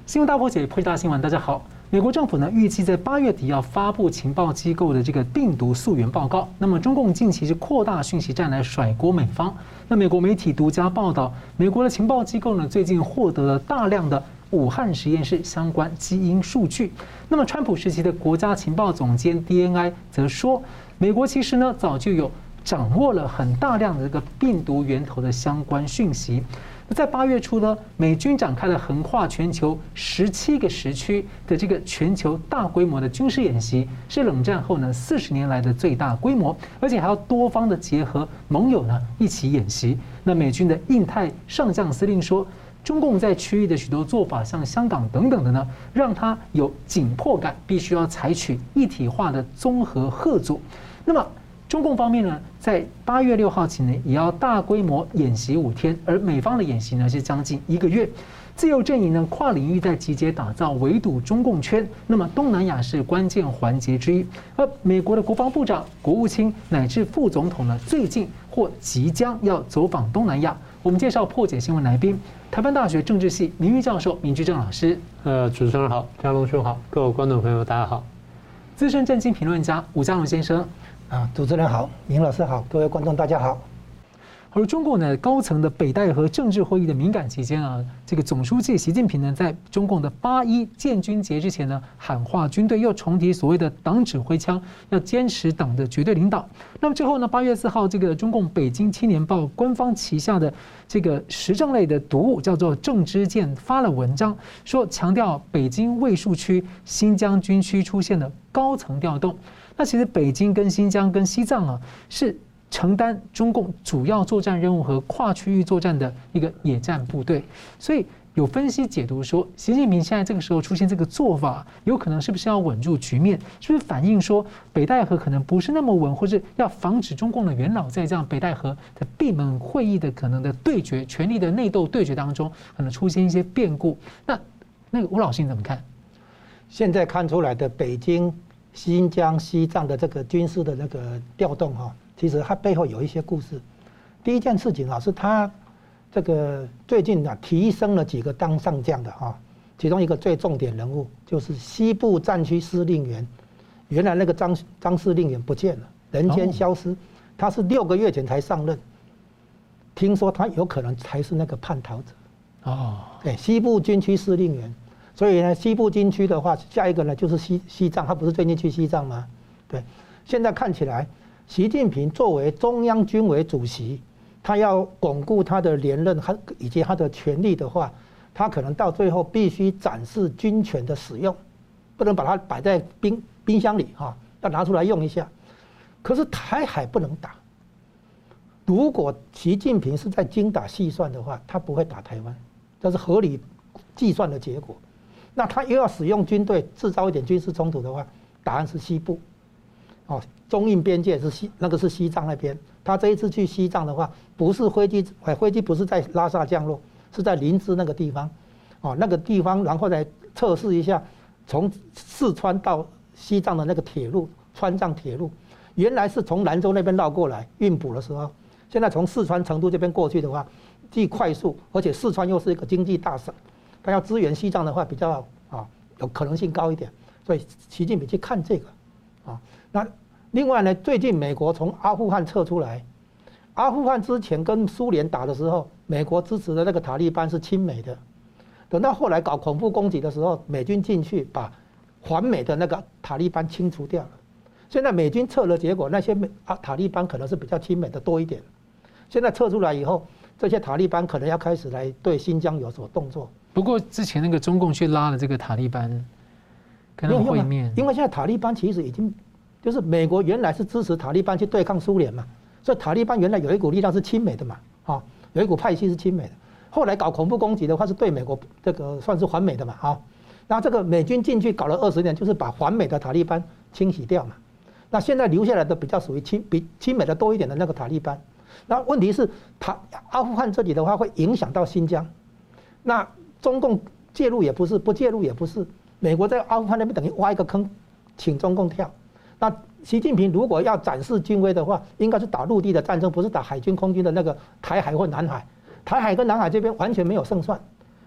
新闻大破解，破解大新闻。大家好，美国政府呢预计在8月底要发布情报机构的这个病毒溯源报告。那么中共近期是扩大讯息战来甩锅美方。那美国媒体独家报道，美国的情报机构呢最近获得了大量的武汉实验室相关基因数据。那么川普时期的国家情报总监 DNI 则说，美国其实呢早就有掌握了很大量的这个病毒源头的相关讯息。在8月初呢，美军展开了横跨全球17个时区的这个全球大规模的军事演习，是冷战后呢40年来的最大规模，而且还要多方的结合盟友呢一起演习。那美军的印太上将司令说，中共在区域的许多做法，像香港等等的呢，让他有紧迫感，必须要采取一体化的综合吓阻。那么中共方面呢，在8月6号起呢，也要大规模演习5天，而美方的演习呢是将近1个月。自由阵营呢跨领域在集结打造围堵中共圈，那么东南亚是关键环节之一。而美国的国防部长、国务卿乃至副总统呢，最近或即将要走访东南亚。我们介绍破解新闻来宾，台湾大学政治系名誉教授明居正老师。 主持人好，嘉龙兄好，各位观众朋友大家好。 资深政经评论家吴嘉龙先生。 主持人好，明老师好，各位观众大家好。 而中国呢高层的北戴河政治会议的敏感期间啊，这个总书记习近平呢在中共的8·1建军节之前呢，喊话军队又重提所谓的党指挥枪，要坚持党的绝对领导。那么之后呢，8月4号，这个中共北京青年报官方旗下的这个时政类的读物叫做《政之见》发了文章，说强调北京卫戍区、新疆军区出现了高层调动。那其实北京跟新疆跟西藏啊，是承担中共主要作战任务和跨区域作战的一个野战部队，所以有分析解读说，习近平现在这个时候出现这个做法，有可能是不是要稳住局面？是不是反映说北戴河可能不是那么稳，或者要防止中共的元老在这样北戴河的闭门会议的可能的对决、权力的内斗对决当中，可能出现一些变故？那个吴老师你怎么看？ 现在看出来的北京、新疆、西藏的这个军事的那个调动哈，其实它背后有一些故事。第一件事情啊，是他这个最近啊提升了几个当上将的哈，其中一个最重点人物就是西部战区司令员，原来那个张司令员不见了，人间消失，他是6个月前才上任，听说他有可能才是那个叛逃者哦，对，西部军区司令员。所以呢，西部军区的话，下一个呢就是西藏，他不是最近去西藏吗？对，现在看起来，习近平作为中央军委主席，他要巩固他的连任以及他的权力的话，他可能到最后必须展示军权的使用，不能把它摆在冰箱里哈，要拿出来用一下。可是台海不能打，如果习近平是在精打细算的话，他不会打台湾，这是合理计算的结果。那他又要使用军队制造一点军事冲突的话，答案是西部，哦，中印边界是那个是西藏那边。他这一次去西藏的话，不是飞机不是在拉萨降落，是在林芝那个地方，哦，那个地方，然后来测试一下从四川到西藏的那个铁路，川藏铁路，原来是从兰州那边绕过来运补的时候，现在从四川成都这边过去的话，既快速，而且四川又是一个经济大省。他要支援西藏的话，比较有可能性高一点，所以习近平去看这个啊。那另外呢，最近美国从阿富汗撤出来，阿富汗之前跟苏联打的时候，美国支持的那个塔利班是亲美的，等到后来搞恐怖攻击的时候，美军进去把反美的那个塔利班清除掉了。现在美军撤了，结果那些塔利班可能是比较亲美的多一点，现在撤出来以后，这些塔利班可能要开始来对新疆有所动作。 不过之前那个中共去拉了这个塔利班跟他们会面， 因为现在塔利班其实已经就是美国原来是支持塔利班去对抗苏联嘛，所以塔利班原来有一股力量是亲美的嘛，有一股派系是亲美的。后来搞恐怖攻击的话是对美国这个算是反美的嘛，然后这个美军进去搞了20年，就是把反美的塔利班清洗掉嘛。那现在留下来的比较属于比亲美的多一点的那个塔利班。那问题是阿富汗这里的话会影响到新疆，那中共介入也不是，不介入也不是。美国在阿富汗那边等于挖一个坑，请中共跳。那习近平如果要展示军威的话，应该是打陆地的战争，不是打海军、空军的那个台海或南海。台海跟南海这边完全没有胜算，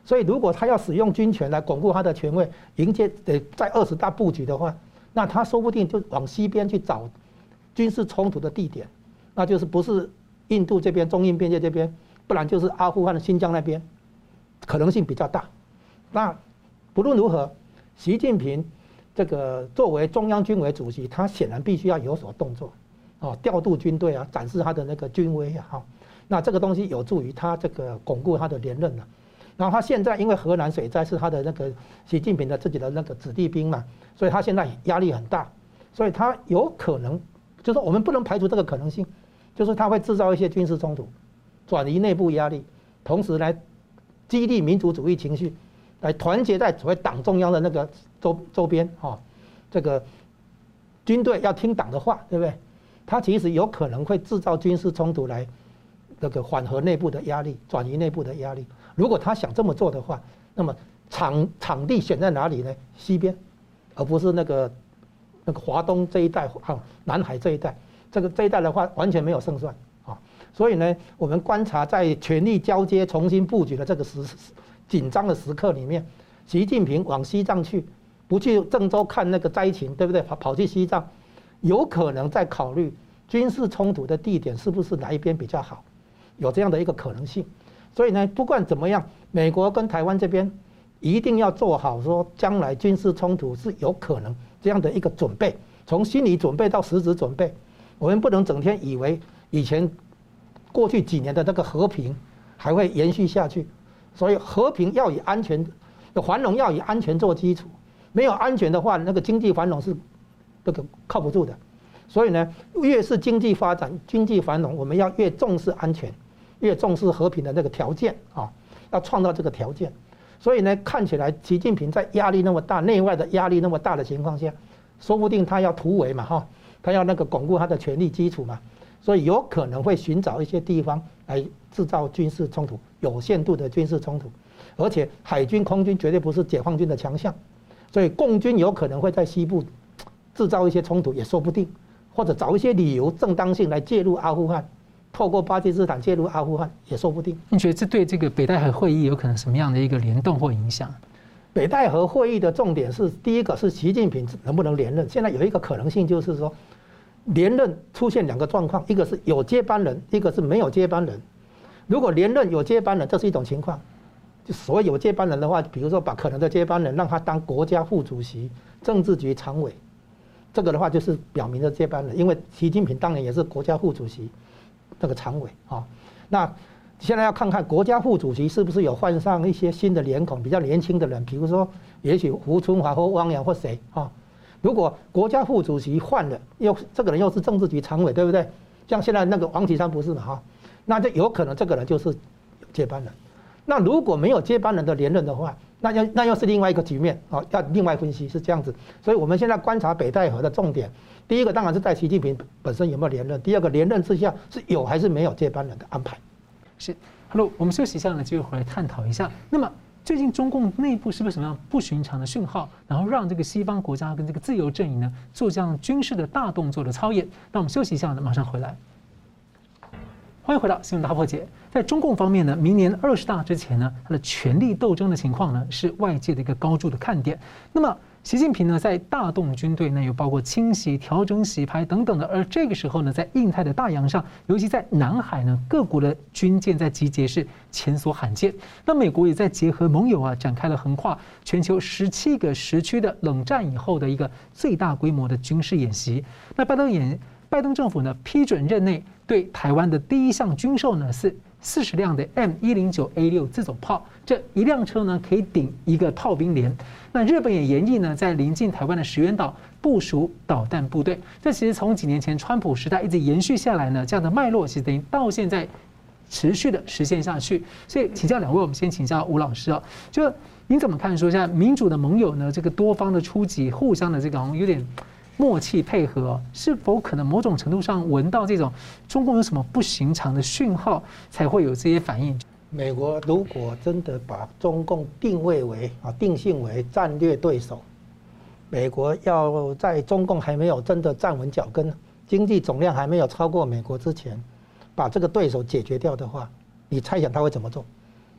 所以如果他要使用军权来巩固他的权位，迎接在20大布局的话，那他说不定就往西边去找军事冲突的地点，那就是不是印度这边中印边界这边，不然就是阿富汗的新疆那边，可能性比较大。那不论如何，习近平这个作为中央军委主席，他显然必须要有所动作，调度军队啊，展示他的那个军威啊，那这个东西有助于他这个巩固他的连任了。然后他现在因为河南水灾是他的那个习近平的自己的那个子弟兵嘛，所以他现在压力很大，所以他有可能，就是我们不能排除这个可能性，就是他会制造一些军事冲突，转移内部压力，同时来激励民族主义情绪，来团结在所谓党中央的那个周边这个军队要听党的话，对不对？他其实有可能会制造军事冲突来这个缓和内部的压力，转移内部的压力。如果他想这么做的话，那么场地选在哪里呢？西边，而不是那个华东这一带南海这一带。这一带的话，完全没有胜算啊。所以呢，我们观察在权力交接、重新布局的这个紧张的时刻里面，习近平往西藏去，不去郑州看那个灾情，对不对？跑去西藏，有可能在考虑军事冲突的地点是不是哪一边比较好，有这样的一个可能性。所以呢，不管怎么样，美国跟台湾这边一定要做好说将来军事冲突是有可能这样的一个准备，从心理准备到实质准备。我们不能整天以为以前过去几年的那个和平还会延续下去，所以和平要以安全、繁荣要以安全做基础，没有安全的话，那个经济繁荣是这个靠不住的。所以呢，越是经济发展、经济繁荣，我们要越重视安全。越重视和平的那个条件要创造这个条件。所以呢，看起来习近平在压力那么大、内外的压力那么大的情况下，说不定他要突围嘛他要那个巩固他的权力基础嘛，所以有可能会寻找一些地方来制造军事冲突，有限度的军事冲突。而且海军、空军绝对不是解放军的强项，所以共军有可能会在西部制造一些冲突也说不定，或者找一些理由、正当性来介入阿富汗。透过巴基斯坦介入阿富汗也说不定。 你觉得这对这个北戴河会议有可能什么样的一个联动或影响？ 北戴河会议的重点是，第一个是习近平能不能连任。现在有一个可能性就是说，连任出现2个状况，一个是有接班人，一个是没有接班人。如果连任有接班人，这是一种情况。就所谓有接班人的话，比如说把可能的接班人让他当国家副主席、政治局常委，这个的话就是表明的接班人，因为习近平当年也是国家副主席。这个常委那现在要看看国家副主席是不是有换上一些新的脸孔，比较年轻的人，比如说也许胡春华或汪洋或谁如果国家副主席换了，这个人又是政治局常委，对不对？像现在那个王岐山不是嘛那就有可能这个人就是接班人。那如果没有接班人的连任的话，那又是另外一个局面要另外分析，是这样子。所以我们现在观察北戴河的重点。第一个当然是在习近平本身有没有连任，第二个连任之下是有还是没有接班人的安排。 是 ，Hello， 我们休息一下呢，就回来探讨一下。那么最近中共内部是不是什么样不寻常的讯号，然后让这个西方国家跟这个自由阵营呢做这样军事的大动作的操演？那我们休息一下呢，马上回来。欢迎回到新闻大破解。在中共方面呢，明年20大之前呢，它的权力斗争的情况呢，是外界的一个高度的看点。那么习近平呢，在大动军队呢，有包括清洗、调整、洗牌等等的。而这个时候呢，在印太的大洋上，尤其在南海呢，各国的军舰在集结是前所罕见。那美国也在结合盟友展开了横跨全球17个时区的冷战以后的一个最大规模的军事演习。那拜登政府呢，批准任内对台湾的第一项军售呢是40辆的 M109A6 自走炮，这一辆车呢可以顶一个炮兵连。那日本也研议呢，在临近台湾的石垣岛部署导弹部队。这其实从几年前川普时代一直延续下来呢，这样的脉络其实等于到现在持续的实现下去。所以请教两位，我们先请教吴老师就您怎么看说现在民主的盟友呢，这个多方的出击，互相的这个好像有点默契配合，是否可能某种程度上闻到这种中共有什么不寻常的讯号，才会有这些反应？ 美国如果真的把中共定性为战略对手，美国要在中共还没有真的站稳脚跟，经济总量还没有超过美国之前，把这个对手解决掉的话，你猜想他会怎么做？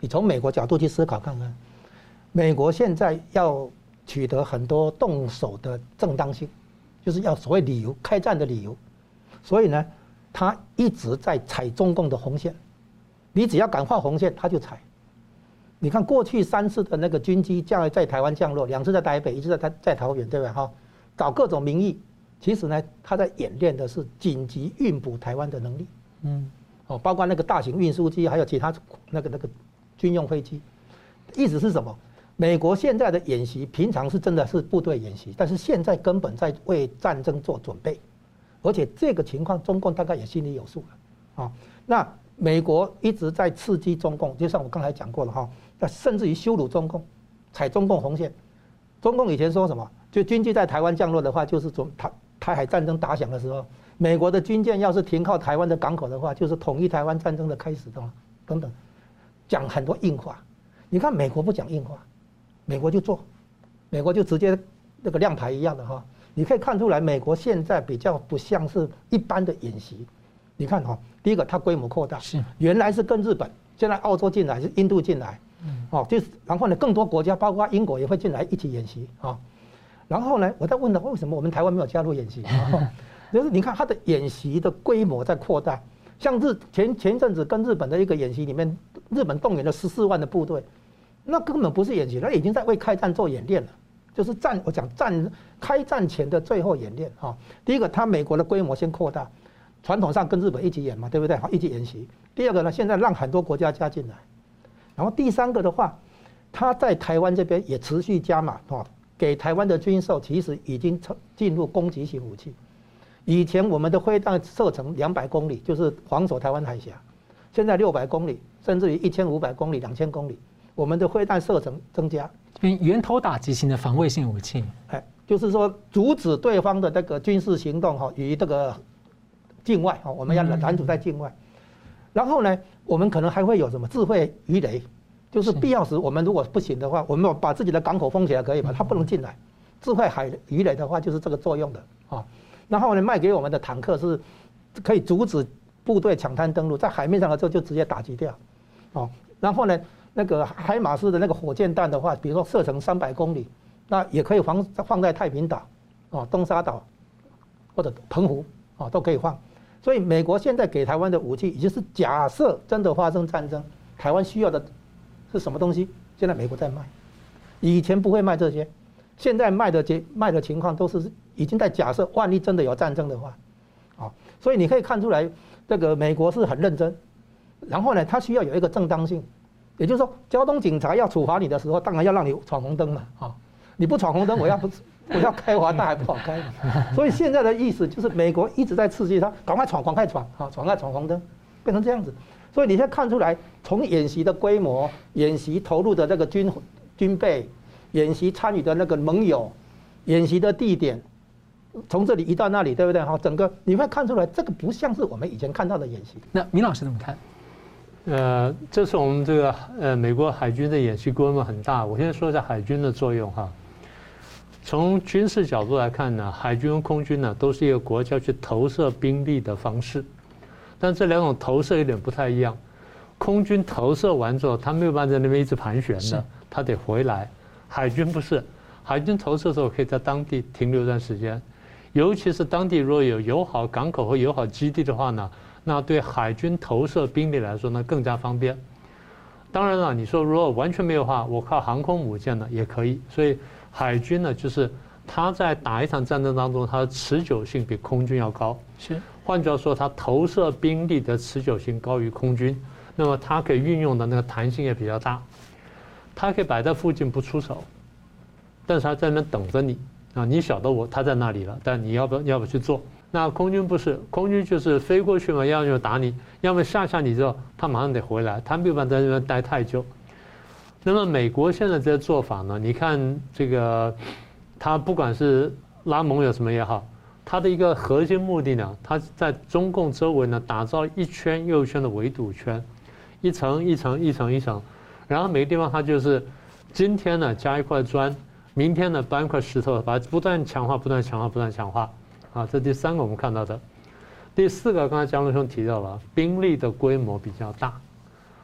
你从美国角度去思考看看，美国现在要取得很多动手的正当性，就是要所谓理由，开战的理由。所以呢，他一直在踩中共的红线，你只要敢画红线，他就踩。你看过去3次的那个军机在台湾降落，2次在台北，1次在桃园，对吧？哈，搞各种名义，其实呢，他在演练的是紧急运补台湾的能力。包括那个大型运输机，还有其他那个军用飞机。意思是什么？美国现在的演习，平常是真的是部队演习，但是现在根本在为战争做准备，而且这个情况，中共大概也心里有数了。那美国一直在刺激中共，就像我刚才讲过了哈，那甚至于羞辱中共，踩中共红线。中共以前说什么？就军机在台湾降落的话，就是台海战争打响的时候，美国的军舰要是停靠台湾的港口的话，就是统一台湾战争的开始等等，讲很多硬话。你看美国不讲硬话，美国就做，美国就直接那个亮牌一样的哈。你可以看出来，美国现在比较不像是一般的演习。你看哈，第一个它规模扩大，原来是跟日本，现在澳洲进来，是印度进来，就是然后呢，更多国家包括英国也会进来一起演习啊。然后呢，我在问他为什么我们台湾没有加入演习？就是你看它的演习的规模在扩大，像前阵子跟日本的一个演习里面，日本动员了14万的部队，那根本不是演习，那已经在为开战做演练了。就是我讲开战前的最后演练哈。第一个，它美国的规模先扩大，传统上跟日本一起演嘛，对不对？好，一起演习。第二个呢，现在让很多国家加进来。然后第三个的话，它在台湾这边也持续加码给台湾的军售其实已经进入攻击型武器。以前我们的飞弹射程200公里，就是防守台湾海峡，现在600公里，甚至于1500公里、2000公里，我们的飞弹射程增加。 源头打击型的防卫性武器， 就是说阻止对方的那个军事行动于这个境外我们要拦阻在境外。然后呢，我们可能还会有什么智慧鱼雷，就是必要时我们如果不行的话，我们把自己的港口封起来可以吗？它不能进来。智慧鱼雷的话就是这个作用的然后呢，卖给我们的坦克是可以阻止部队抢滩登陆，在海面上的时候就直接打击掉然后呢，那个海马斯的那个火箭弹的话，比如说射程300公里，那也可以放在太平岛东沙岛或者澎湖都可以放。所以美国现在给台湾的武器，已经是假设真的发生战争，台湾需要的是什么东西？现在美国在卖，以前不会卖这些，现在卖的情况都是已经在假设，万一真的有战争的话，所以你可以看出来，这个美国是很认真。然后呢，它需要有一个正当性，也就是说，交通警察要处罚你的时候，当然要让你闯红灯嘛你不闯红灯，我要开罚单还不好开。所以现在的意思就是，美国一直在刺激他，赶快闯红灯，变成这样子。所以你现在看出来，从演习的规模、演习投入的这个军备、演习参与的那个盟友、演习的地点，从这里移到那里，对不对？整个你会看出来，这个不像是我们以前看到的演习。 那明老师怎么看？ 这是我们这个美国海军的演习规模很大。我先说一下海军的作用哈。从军事角度来看呢，海军和空军呢都是一个国家去投射兵力的方式，但这2种投射有点不太一样。空军投射完之后，它没有办法在那边一直盘旋的，它得回来。海军不是，海军投射的时候可以在当地停留一段时间，尤其是当地如果有友好港口和友好基地的话呢，那对海军投射兵力来说呢更加方便。当然了，你说如果完全没有的话，我靠航空母舰呢也可以。所以海军呢，就是它在打一场战争当中，它的持久性比空军要高。 是， 换句话说，它投射兵力的持久性高于空军，那么它可以运用的那个弹性也比较大。它可以摆在附近不出手，但是它在那边等着你你晓得它在那里了，但你要不要去做？那空军不是，空军就是飞过去嘛，要么就打你，要么下你之后，他马上得回来，他没有办法在那边待太久。那么美国现在这些做法呢？你看这个，他不管是拉盟友什么也好，他的一个核心目的呢，他在中共周围呢打造一圈又一圈的围堵圈，一层一层一层一层，然后每个地方他就是今天呢加一块砖，明天呢搬一块石头，把它不断强化、不断强化、不断强化。这第3个我们看到的。第4个，刚才江龙兄提到了，兵力的规模比较大。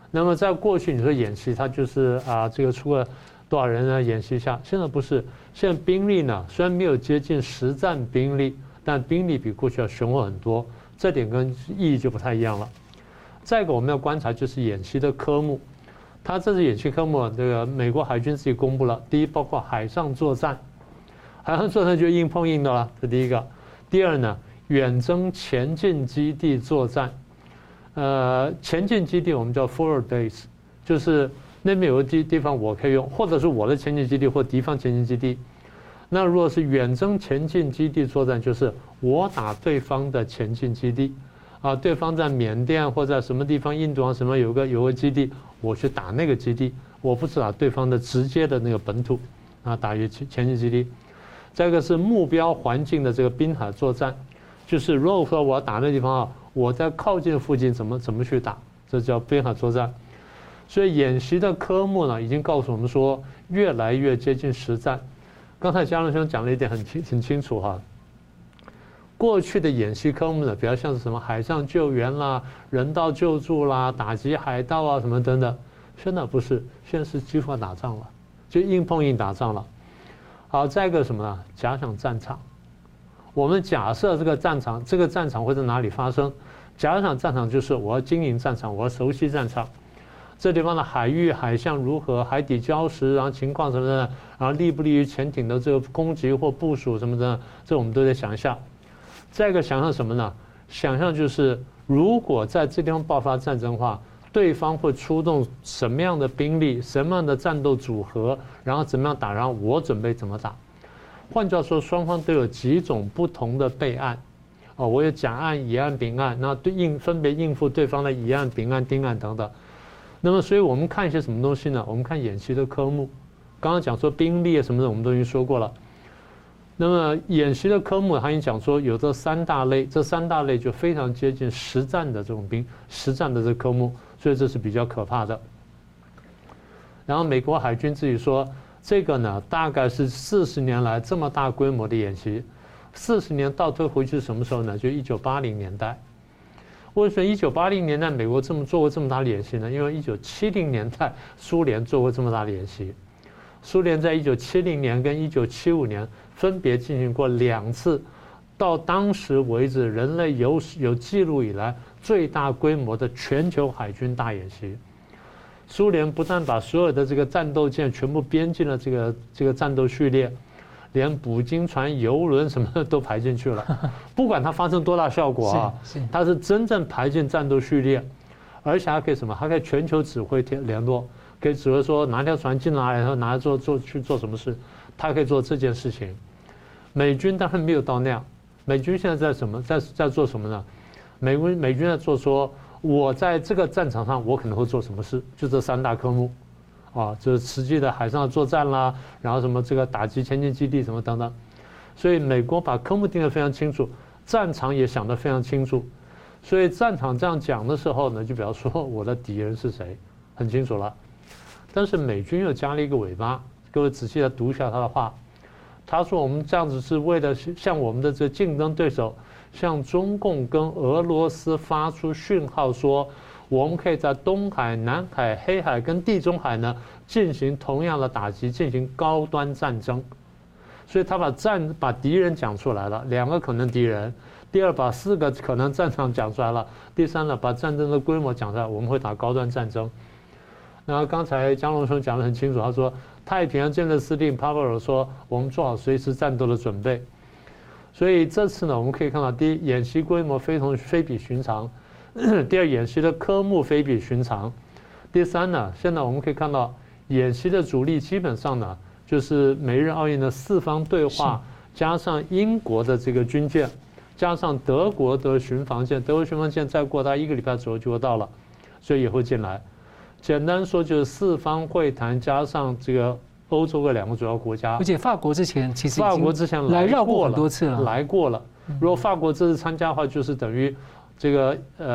那么在过去你说演习，它就是这个出了多少人呢演习一下，现在不是，现在兵力呢虽然没有接近实战兵力，但兵力比过去要雄厚很多，这点跟意义就不太一样了。再一个我们要观察就是演习的科目，它这次演习科目，这个美国海军自己公布了，第一包括海上作战，海上作战就硬碰硬的了，这第一个。第二呢，远征前进基地作战。前进基地我们叫 forward base， 就是那边有个地方我可以用，或者是我的前进基地或敌方前进基地。那如果是远征前进基地作战，就是我打对方的前进基地，对方在缅甸或在什么地方，印度啊什么有个基地，我去打那个基地，我不是打对方的直接的那个本土，打前进基地。再一个是目标环境的这个滨海作战，就是如果说我要打那地方我在靠近附近怎么去打，这叫滨海作战。所以演习的科目呢，已经告诉我们说，越来越接近实战。刚才嘉龙兄讲了一点很清楚哈。过去的演习科目呢，比较像是什么海上救援啦、人道救助啦、打击海盗啊什么等等，现在不是，现在是几乎要打仗了，就硬碰硬打仗了。好，再一个什么呢？假想战场。我们假设这个战场会在哪里发生？假想战场就是我要经营战场，我要熟悉战场。这地方的海域、海象如何，海底礁石，然后情况什么的，然后利不利于潜艇的这个攻击或部署什么的，这我们都得想一下。再一个想象什么呢？想象就是如果在这地方爆发战争的话，对方会出动什么样的兵力，什么样的战斗组合，然后怎么样打，然后我准备怎么打。换句话说，双方都有几种不同的备案，我有甲案、乙案、丙案，那分别应付对方的乙案、丙案、丁案等等。那么，所以我们看一些什么东西呢？我们看演习的科目，刚刚讲说兵力什么的，我们都已经说过了。那么演习的科目，他已经讲说有这三大类，这三大类就非常接近实战的这种实战的这科目，所以这是比较可怕的。然后美国海军自己说，这个呢大概是40年来这么大规模的演习，40年倒推回去是什么时候呢？就1980年代。为什么1980年代美国做过这么大的演习呢？因为1970年代苏联做过这么大的演习。苏联在1970年跟1975年分别进行过2次，到当时为止人类有记录以来最大规模的全球海军大演习。苏联不但把所有的这个战斗舰全部编进了这个战斗序列，连捕鲸船、游轮什么的都排进去了。不管它发生多大效果它是真正排进战斗序列，而且还可以什么？还可以全球指挥联络，可以指挥说哪条船进来，然后拿来去做什么事，它可以做这件事情。美军当然没有到那样，美军现在在做什么呢？美军在做说，我在这个战场上我可能会做什么事，就这3大科目。就是实际的海上作战啦，然后什么这个打击前进基地什么等等，所以美国把科目定得非常清楚，战场也想得非常清楚，所以战场这样讲的时候呢，就比方说我的敌人是谁，很清楚了。但是美军又加了一个尾巴，各位仔细来读一下他的话，他说我们这样子是为了向我们的这个竞争对手，向中共跟俄罗斯发出讯号说，我们可以在东海、南海、黑海跟地中海呢进行同样的打击，进行高端战争。所以他把敌人讲出来了，2个可能敌人；第二，把4个可能战场讲出来了；第三呢，把战争的规模讲出来，我们会打高端战争。那刚才江龙兄讲得很清楚，他说太平洋舰队司令帕布尔说，我们做好随时战斗的准备。所以这次呢，我们可以看到，第一，演习规模非比寻常。第二，演习的科目非比寻常。第三呢，现在我们可以看到，演习的主力基本上呢，就是美日澳印的4方对话，加上英国的这个军舰，加上德国的巡防舰，德国巡防舰再过大概1个礼拜左右就会到了，所以也会进来。简单说就是4方会谈加上这个欧洲的2个主要国家， 而且法国之前其实法国之前来绕过很多次了， 来过了。如果法国这次参加的话，就是等于这个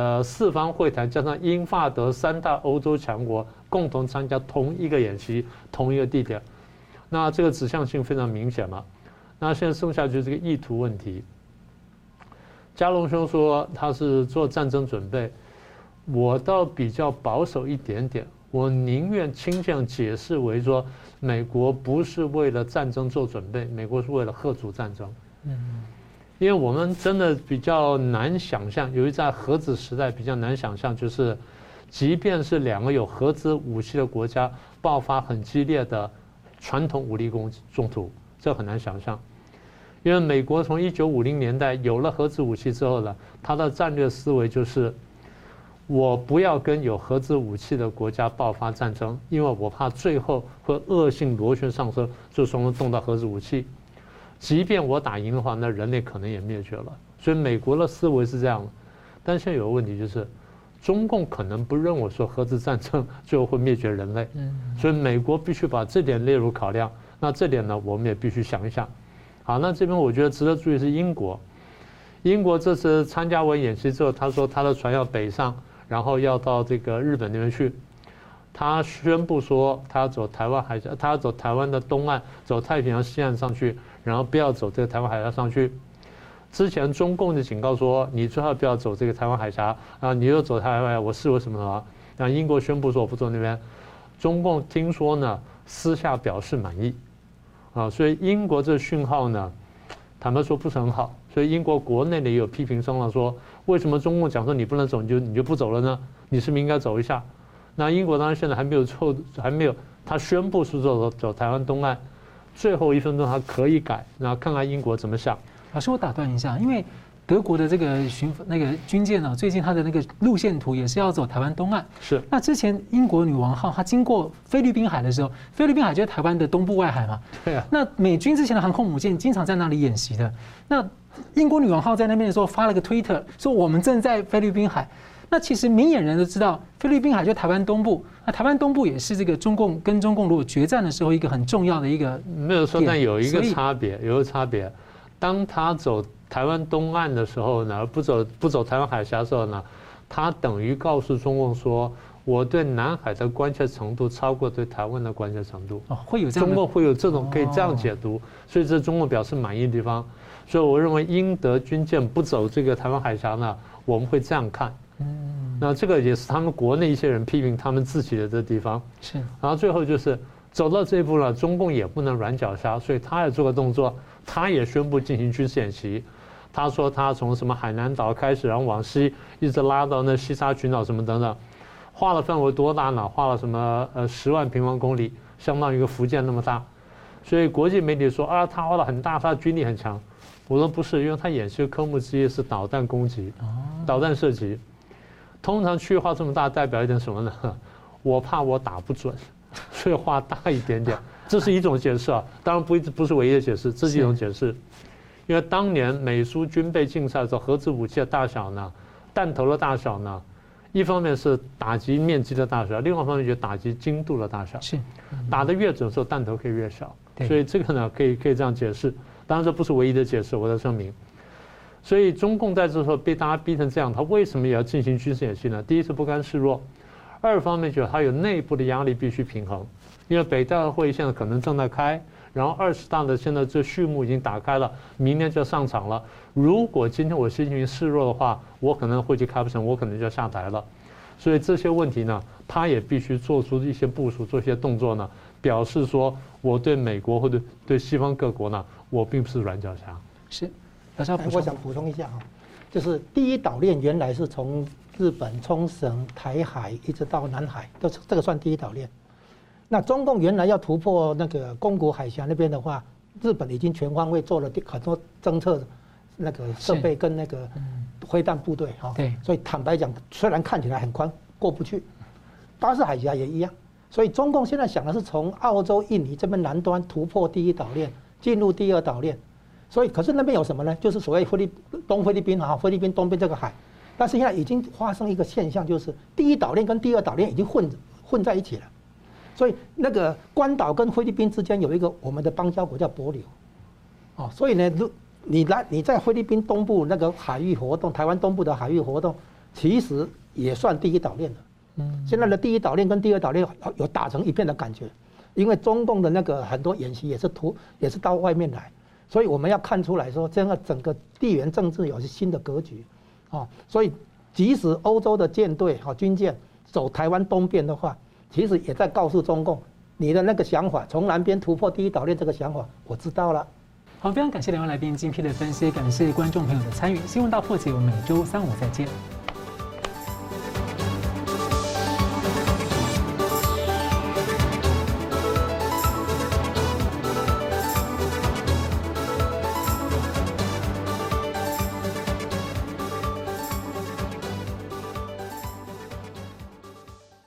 4方会谈加上英法德3大欧洲强国共同参加同一个演习，同一个地点，那这个指向性非常明显嘛。那现在剩下就是这个意图问题。嘉龙兄说他是做战争准备， 我倒比较保守一点点，我宁愿倾向解释为说，美国不是为了战争做准备，美国是为了吓阻战争。因为我们真的比较难想象，由于在核子时代比较难想象，就是即便是两个有核子武器的国家爆发很激烈的传统武力冲突，这很难想象。因为美国从1950年代有了核子武器之后呢，它的战略思维就是我不要跟有核子武器的国家爆发战争，因为我怕最后会恶性螺旋上升，就双方动到核子武器。即便我打赢的话，那人类可能也灭绝了。所以美国的思维是这样的。但现在有个问题就是，中共可能不认为说核子战争最后会灭绝人类，所以美国必须把这点列入考量。那这点呢，我们也必须想一想。好，那这边我觉得值得注意是英国。英国这次参加完演习之后，他说他的船要北上，然后要到这个日本那边去。他宣布说他要走台湾海峡，他要走台湾的东岸，走太平洋西岸上去，然后不要走这个台湾海峡上去。之前中共就警告说，你最好不要走这个台湾海峡啊，你又走台湾海峡，我视为什么什么？然后英国宣布说我不走那边。中共听说呢，私下表示满意，啊，所以英国这讯号呢，坦白说不是很好。所以英国国内呢也有批评声浪说，为什么中共讲说你不能走，你就不走了呢？你是不是应该走一下？那英国当然现在还没有，他宣布是走台湾东岸，最后1分钟他可以改，然后看看英国怎么想。 老师，我打断一下，因为德国的这个军舰呢，最近它的那个路线图也是要走台湾东岸。 是。 那之前英国女王号它经过菲律宾海的时候，菲律宾海就是台湾的东部外海嘛。 对啊。 那美军之前的航空母舰经常在那里演习的。那英国女王号在那边的时候发了个推特，说我们正在菲律宾海。那其实明眼人都知道，菲律宾海就台湾东部。那台湾东部也是这个中共如果决战的时候一个很重要的一个。 没有说，但有一个差别，当他走台湾东岸的时候呢，不走台湾海峡的时候呢，他等于告诉中共说，我对南海的关切程度超过对台湾的关切程度。 哦，会有这样。 中共会有这种可以这样解读，所以这是中共表示满意的地方。所以我认为英德军舰不走这个台湾海峡呢，我们会这样看。那这个也是他们国内一些人批评他们自己的这地方。 是。 然后最后就是走到这一步了，中共也不能软脚虾，所以他也做个动作，他也宣布进行军事演习。他说他从什么海南岛开始，然后往西一直拉到那西沙群岛什么等等，画的范围多大呢？画了什么10万平方公里，相当于一个福建那么大。所以国际媒体说啊，他画的很大，他的军力很强。我说不是，因为他演习的科目之一是导弹攻击，导弹射击。通常区域画这么大，代表一点什么呢？我怕我打不准，所以画大一点点。这是一种解释啊，当然不是唯一的解释，这是一种解释。因为当年美苏军备竞赛的时候，核子武器的大小呢，弹头的大小呢，一方面是打击面积的大小，另外一方面就是打击精度的大小。 是， 打得越准，时候弹头可以越小。所以这个呢，可以这样解释。当然这不是唯一的解释，我在声明。所以中共在这时候被大家逼成这样，他为什么也要进行军事演习呢？第一是不甘示弱，二方面就是他有内部的压力必须平衡，因为北戴河会议现在可能正在开，然后20大的现在这序幕已经打开了，明年就要上场了。如果今天我习近平示弱的话，我可能会去开不成，我可能就要下台了。所以这些问题呢，他也必须做出一些部署，做一些动作呢，表示说我对美国或者对西方各国呢，我并不是软脚虾。 是。 我想补充一下哈，就是第一岛链原来是从日本冲绳、台海一直到南海，这个算第一岛链。那中共原来要突破那个宫古海峡那边的话，日本已经全方位做了很多侦测那个设备跟那个飞弹部队哈。对。所以坦白讲，虽然看起来很宽，过不去，巴士海峡也一样。所以中共现在想的是从澳洲、印尼这边南端突破第一岛链，进入第二岛链。所以，可是那边有什么呢？就是所谓东菲律宾啊，菲律宾东边这个海，但是现在已经发生一个现象，就是第一岛链跟第二岛链已经混在一起了。所以那个关岛跟菲律宾之间有一个我们的邦交国叫帛琉，哦，所以呢，你在菲律宾东部那个海域活动，台湾东部的海域活动，其实也算第一岛链了。现在的第一岛链跟第二岛链有打成一片的感觉，因为中共的那个很多演习也是到外面来。所以我们要看出来说，这样整个地缘政治有新的格局，所以即使欧洲的舰队军舰走台湾东边的话，其实也在告诉中共，你的那个想法，从南边突破第一岛链这个想法，我知道了。 好，非常感谢两位来宾精辟的分析，感谢观众朋友的参与。新闻大破解，我们每周3、5再见。